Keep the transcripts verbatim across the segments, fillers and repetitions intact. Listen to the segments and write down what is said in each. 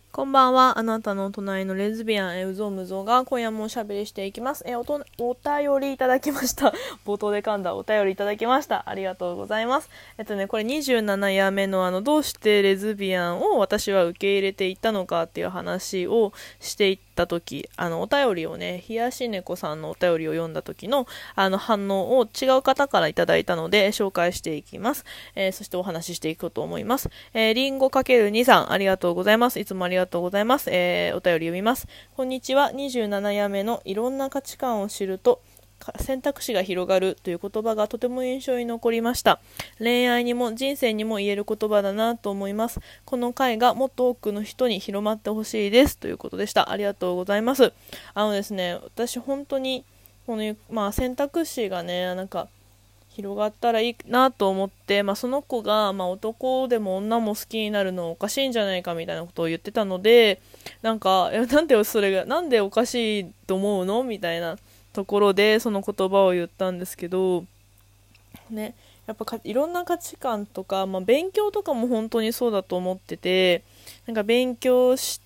こんばんは。あなたの隣のレズビアン、えうぞうむぞうが今夜もおしゃべりしていきます。えおとお便りいただきました。冒頭で噛んだお便りいただきました。ありがとうございます。えっとね、これにじゅうなな夜目のあの、どうしてレズビアンを私は受け入れていったのかっていう話をしていったとき、あの、お便りをね、冷やし猫さんのお便りを読んだ時の、あの、反応を違う方からいただいたので、紹介していきます。えー、そしてお話ししていこうと思います。えー、リンゴ かけるに さん、ありがとうございます。いつもありがとうございます。えー、お便り読みます。こんにちは。にじゅうなな夜目のいろんな価値観を知ると、選択肢が広がるという言葉がとても印象に残りました。恋愛にも人生にも言える言葉だなと思います。この回がもっと多くの人に広まってほしいですということでした。ありがとうございます。あのですね、私本当にこの、まあ、選択肢がね、なんか広がったらいいなと思って、まあ、その子が、まあ、男でも女も好きになるのおかしいんじゃないかみたいなことを言ってたので、なんかなんでそれがなんでおかしいと思うのみたいなところでその言葉を言ったんですけどね、やっぱかいろんな価値観とか、まあ、勉強とかも本当にそうだと思ってて、なんか勉強して、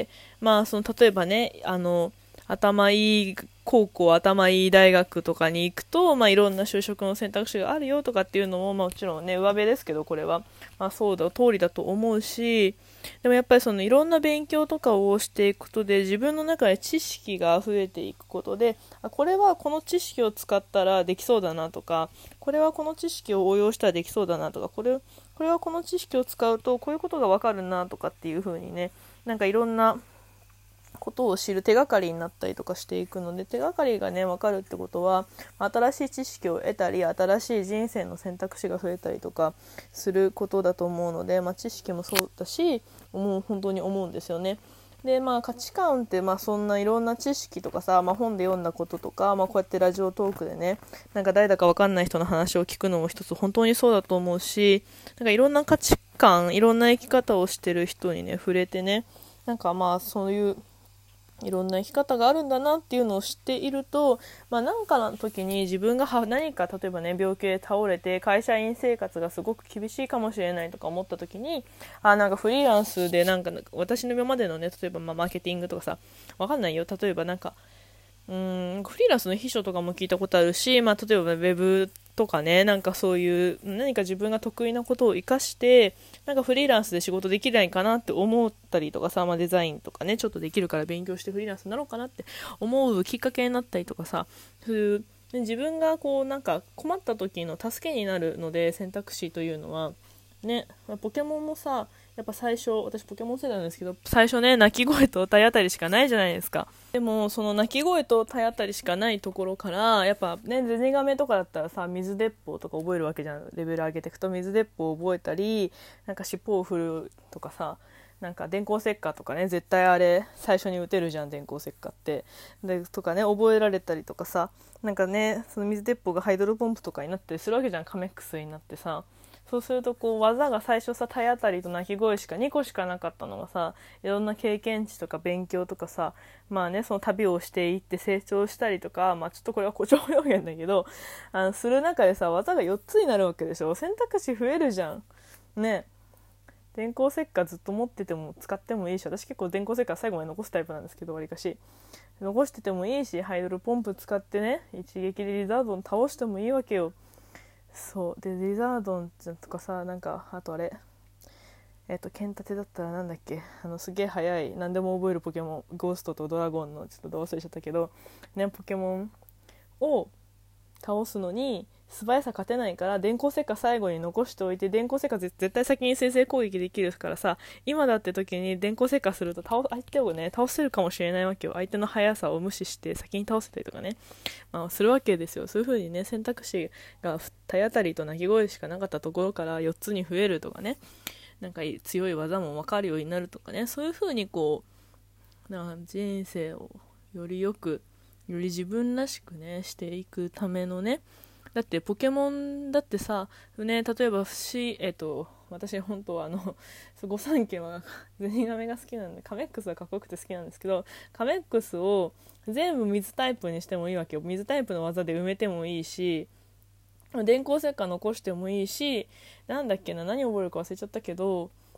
まあ、その例えばね、あの頭いい高校、頭いい大学とかに行くと、まあ、いろんな就職の選択肢があるよとかっていうのも、まあ、もちろんね上辺ですけど、これは、まあ、そうだ通りだと思うし、でもやっぱりそのいろんな勉強とかをしていくことで自分の中で知識が増えていくことで、あこれはこの知識を使ったらできそうだなとか、これはこの知識を応用したらできそうだなとか、これこれはこの知識を使うとこういうことがわかるなとかっていう風にね、なんかいろんなことを知る手がかりになったりとかしていくので、手がかりがね分かるってことは新しい知識を得たり新しい人生の選択肢が増えたりとかすることだと思うので、まあ、知識もそうだし思う本当に思うんですよね。でまあ価値観って、まあ、そんないろんな知識とかさ、まあ、本で読んだこととか、まあ、こうやってラジオトークでね、なんか誰だか分かんない人の話を聞くのも一つ本当にそうだと思うし、なんかいろんな価値観、いろんな生き方をしてる人にね触れてね、なんかまあそういういろんな生き方があるんだなっていうのを知っていると、まあ、なんかの時に自分が何か例えばね病気で倒れて会社員生活がすごく厳しいかもしれないとか思った時に、あなんかフリーランスでなんか私の今までのね、例えばまあマーケティングとかさ、わかんないよ、例えばなんかうーんフリーランスの秘書とかも聞いたことあるし、まあ、例えばウェブとかね、なんかそういう何か自分が得意なことを活かしてなんかフリーランスで仕事できないかなって思ったりとかさ、まあ、デザインとかねちょっとできるから勉強してフリーランスになろうかなって思うきっかけになったりとかさ、そういう自分がこうなんか困った時の助けになるので、選択肢というのはね、ポケモンもさ、やっぱ最初、私ポケモン世代なんですけど、最初ね、鳴き声と体当たりしかないじゃないですか。でも、その鳴き声と体当たりしかないところから、やっぱね、ゼニガメとかだったらさ、水鉄砲とか覚えるわけじゃん。レベル上げていくと水鉄砲を覚えたり、なんか尻尾を振るとかさ、なんか電光石火とかね、絶対あれ最初に撃てるじゃん、電光石火ってでとかね、覚えられたりとかさ、なんかね、その水鉄砲がハイドロポンプとかになったりするわけじゃん、カメックスになってさ。そうするとこう技が最初さ、体当たりと鳴き声しかにこしかなかったのがさ、いろんな経験値とか勉強とかさ、まあね、その旅をしていって成長したりとか、まあちょっとこれは誇張表現だけど、あのする中でさ、技がよっつになるわけでしょ。選択肢増えるじゃんね。電光石火ずっと持ってても使ってもいいし、私結構電光石火最後まで残すタイプなんですけど、わりかし残しててもいいし、ハイドルポンプ使ってね、一撃でリザードン倒してもいいわけよ。そうで、リザードンとかさ、なんかあとあれえっ、と剣立てだったらなんだっけ、あのすげえ速い何でも覚えるポケモン、ゴーストとドラゴンのちょっとど忘れちゃったけどね、ポケモンを倒すのに素早さ勝てないから電光石火最後に残しておいて、電光石火絶対先に先制攻撃できるからさ、今だって時に電光石火すると倒相手をね倒せるかもしれないわけよ。相手の速さを無視して先に倒せたりとかね、まあ、するわけですよ。そういう風にね、選択肢が体当たりと鳴き声しかなかったところからよっつに増えるとかね、なんか強い技も分かるようになるとかね、そういう風にこうなんか人生をよりよくより自分らしくねしていくためのね、だってポケモンだってさ、ね、例えばし、えっと、私本当はあの御三家はゼニガメが好きなんで、カメックスはかっこよくて好きなんですけど、カメックスを全部水タイプにしてもいいわけよ。水タイプの技で埋めてもいいし、電光石火残してもいいし、なんだっけな、何覚えるか忘れちゃったけど、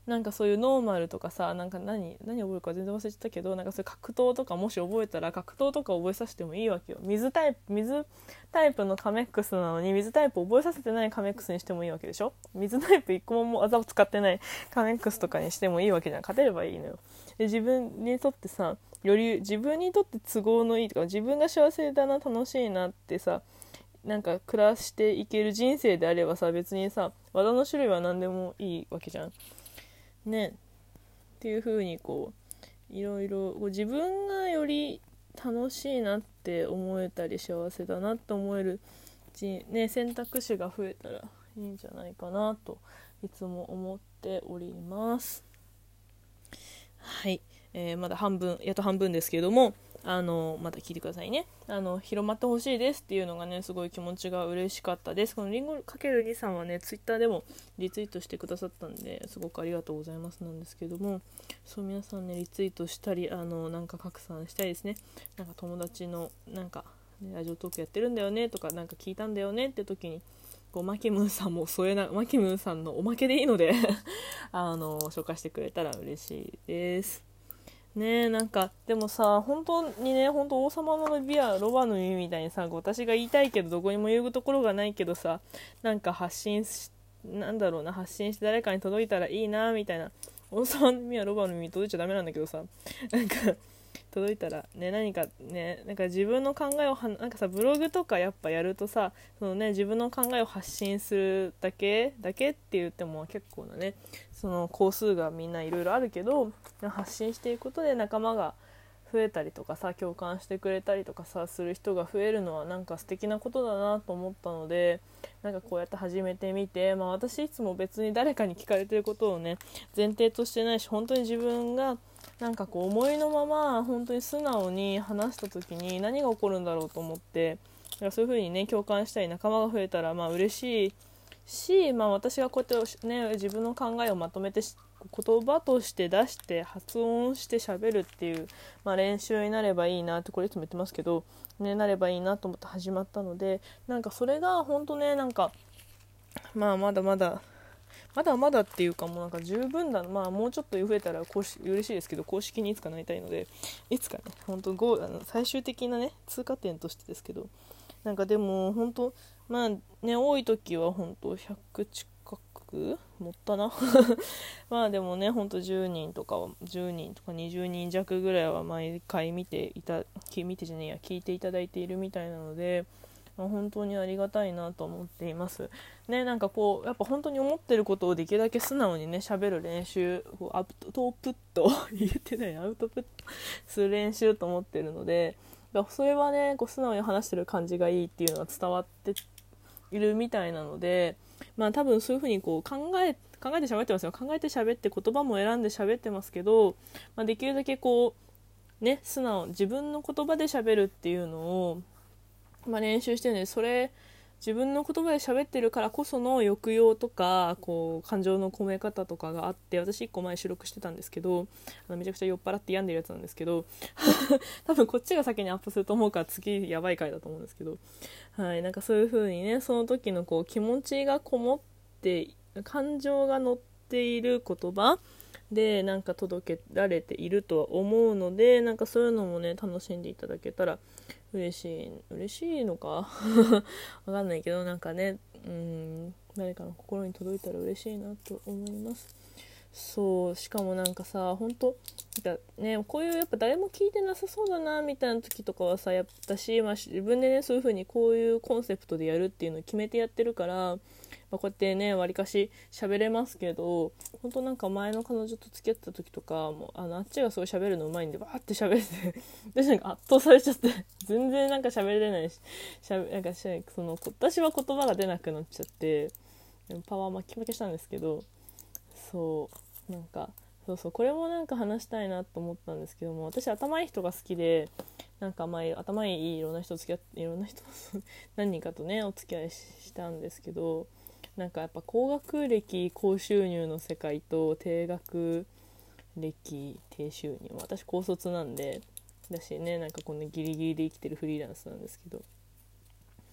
なんかそういうノーマルとかさ、なんか何何覚えるか全然忘れちゃったけど、なんかそういう格闘とかもし覚えたら格闘とか覚えさせてもいいわけよ。水タイプ水タイプのカメックスなのに水タイプ覚えさせてないカメックスにしてもいいわけでしょ。水タイプ一個も技を使ってないカメックスとかにしてもいいわけじゃん。勝てればいいのよ。で自分にとってさ、より自分にとって都合のいいとか、自分が幸せだな、楽しいなってさ、なんか暮らしていける人生であればさ、別にさ技の種類は何でもいいわけじゃんね。っていう風にこういろいろこう自分がより楽しいなって思えたり幸せだなって思えるじ、ね、選択肢が増えたらいいんじゃないかなといつも思っております。はい、えー、まだ半分やっと半分ですけれども、あのまた聞いてくださいね。あの広まってほしいですっていうのがね、すごい気持ちが嬉しかったです。このリンゴ ×に さんはね、ツイッターでもリツイートしてくださったんで、すごくありがとうございますなんですけども、そう皆さんねリツイートしたり、あのなんか拡散したいですね。なんか友達のなんか、ね、ラジオトークやってるんだよねとか、なんか聞いたんだよねって時にこうマキムーさんも添えなマキムーさんのおまけでいいのであの紹介してくれたら嬉しいですね。えなんかでもさ、本当にね、本当王様の指はロバの耳みたいにさ、私が言いたいけどどこにも言うところがないけどさ、なんか発信しなんだろうな発信して誰かに届いたらいいなみたいな。王様の耳はロバの耳届いちゃダメなんだけどさ、なんか届いたらね、何かね、なんか自分の考えをはなんかさ、ブログとかやっぱやるとさ、そのね、自分の考えを発信するだけだけって言っても結構なね、その工数がみんないろいろあるけど、発信していくことで仲間が増えたりとかさ、共感してくれたりとかさする人が増えるのはなんか素敵なことだなと思ったので、なんかこうやって始めてみて、まあ私いつも別に誰かに聞かれてることをね前提としてないし、本当に自分がなんかこう思いのまま本当に素直に話した時に何が起こるんだろうと思って、だからそういう風にね共感したり仲間が増えたらまあ嬉しいし、まあ、私がこうやってね自分の考えをまとめて言葉として出して発音して喋るっていう、まあ、練習になればいいなって、これいつも言ってますけど、ね、なればいいなと思って始まったので、なんかそれが本当ね、なんかまあまだまだまだまだっていうかもうなんか十分だ、まあもうちょっと増えたら公式嬉しいですけど、公式にいつかなりたいので、いつかね本当ゴーあの最終的なね通過点としてですけど、なんかでも本当まあね多い時は本当ひゃく近く持ったなまあでもね本当じゅうにんとかはじゅうにんとかにじゅうにん弱ぐらいは毎回見ていた見てじゃねえや聞いていただいているみたいなので、まあ、本当にありがたいなと思っていますね。なんかこうやっぱ本当に思ってることをできるだけ素直にね喋る練習、こうアウトプット言ってないアウトプットする練習と思ってるので、それはねこう素直に話してる感じがいいっていうのが伝わっているみたいなので、まあ多分そういう風にこう考え考えて喋ってますよ。考えて喋って言葉も選んで喋ってますけど、まあ、できるだけこうね素直自分の言葉で喋るっていうのを、まあ、練習してるので、それ自分の言葉で喋ってるからこその抑揚とかこう感情の込め方とかがあって、私いっこまえ収録してたんですけど、あのめちゃくちゃ酔っ払って病んでるやつなんですけど多分こっちが先にアップすると思うから次やばい回だと思うんですけど、はい、なんかそういう風にねその時のこう気持ちがこもって感情が乗っている言葉でなんか届けられているとは思うので、なんかそういうのもね楽しんでいただけたら嬉しい嬉しいのかわかんないけど、なんかねうん誰かの心に届いたら嬉しいなと思います。そうしかもなんかさ本当なんかねこういうやっぱ誰も聞いてなさそうだなみたいな時とかはさやったし、まあ、自分でねそういう風にこういうコンセプトでやるっていうのを決めてやってるから、まあ、こうやってねわりかし喋れますけど、本当なんか前の彼女と付き合ってた時とかもうあのあっちがすごい喋るのうまいんでバーって喋って私なんか圧倒されちゃって全然なんか喋れないし、しゃべなんかしその私は言葉が出なくなっちゃってパワー巻き負けしたんですけど、そうなんかそうそうこれもなんか話したいなと思ったんですけども、私頭いい人が好きで、なんか前頭いいいろんな人付き合っていろんな人何人かとねお付き合いしたんですけど、なんかやっぱ高学歴高収入の世界と低学歴低収入、私高卒なんでだしね、なんかこんなギリギリで生きてるフリーランスなんですけど、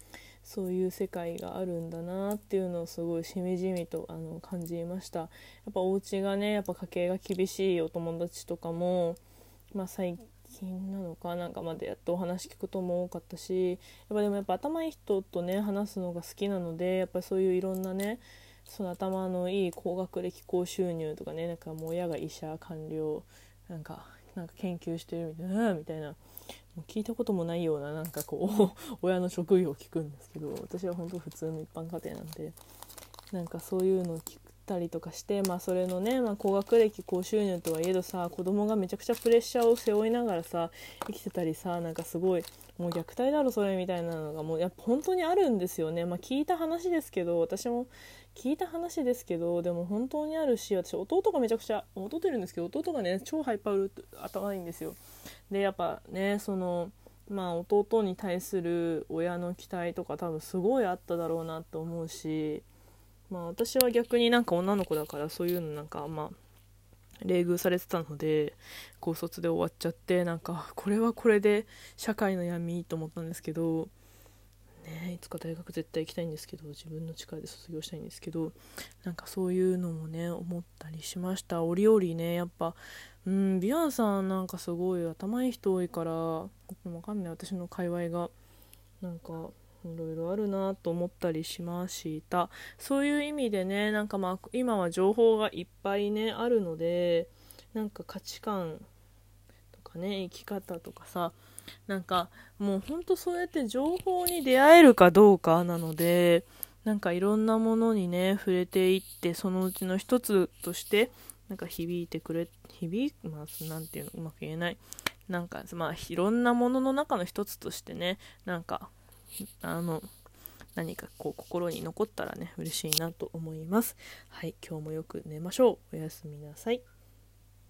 そういう世界があるんだなっていうのをすごいしみじみとあの感じました。やっぱお家がねやっぱ家計が厳しいお友達とかも、まあ、最近なのかなんかまでやっとお話聞くことも多かったし、やっぱでもやっぱ頭いい人とね話すのが好きなので、やっぱりそういういろんなねその頭のいい高学歴高収入とかね、なんかもう親が医者官僚なんかなんか研究してるみたいなみたいな、もう聞いたこともないようななんかこう親の職業を聞くんですけど、私は本当普通の一般家庭なんで、なんかそういうのを聞いたりとかして、まあそれのね、まあ、高学歴高収入とはいえどさ、子供がめちゃくちゃプレッシャーを背負いながらさ生きてたりさ、なんかすごいもう虐待だろそれみたいなのがもうやっぱ本当にあるんですよね。まあ聞いた話ですけど、私も聞いた話ですけど、でも本当にあるし、私弟がめちゃくちゃ弟いるんですけど、弟がね超ハイパー頭いいんですよ。でやっぱねそのまあ弟に対する親の期待とか多分すごいあっただろうなと思うし、まあ私は逆になんか女の子だからそういうのなんかまあ冷遇されてたので高卒で終わっちゃって、なんかこれはこれで社会の闇と思ったんですけどね、いつか大学絶対行きたいんですけど、自分の力で卒業したいんですけど、なんかそういうのもね思ったりしました。折々ねやっぱうんビアンさんなんかすごい頭いい人多いから、わかんない私の界隈がなんかいろいろあるなと思ったりしました。そういう意味でね、なんかまあ今は情報がいっぱいねあるので、なんか価値観とかね生き方とかさ、なんかもうほんとそうやって情報に出会えるかどうかなので、なんかいろんなものにね触れていって、そのうちの一つとしてなんか響いてくれ響まあなんていうのうまく言えない、なんかまあいろんなものの中の一つとしてね、なんかあの何かこう心に残ったらね嬉しいなと思います。はい、今日もよく寝ましょう。おやすみなさい。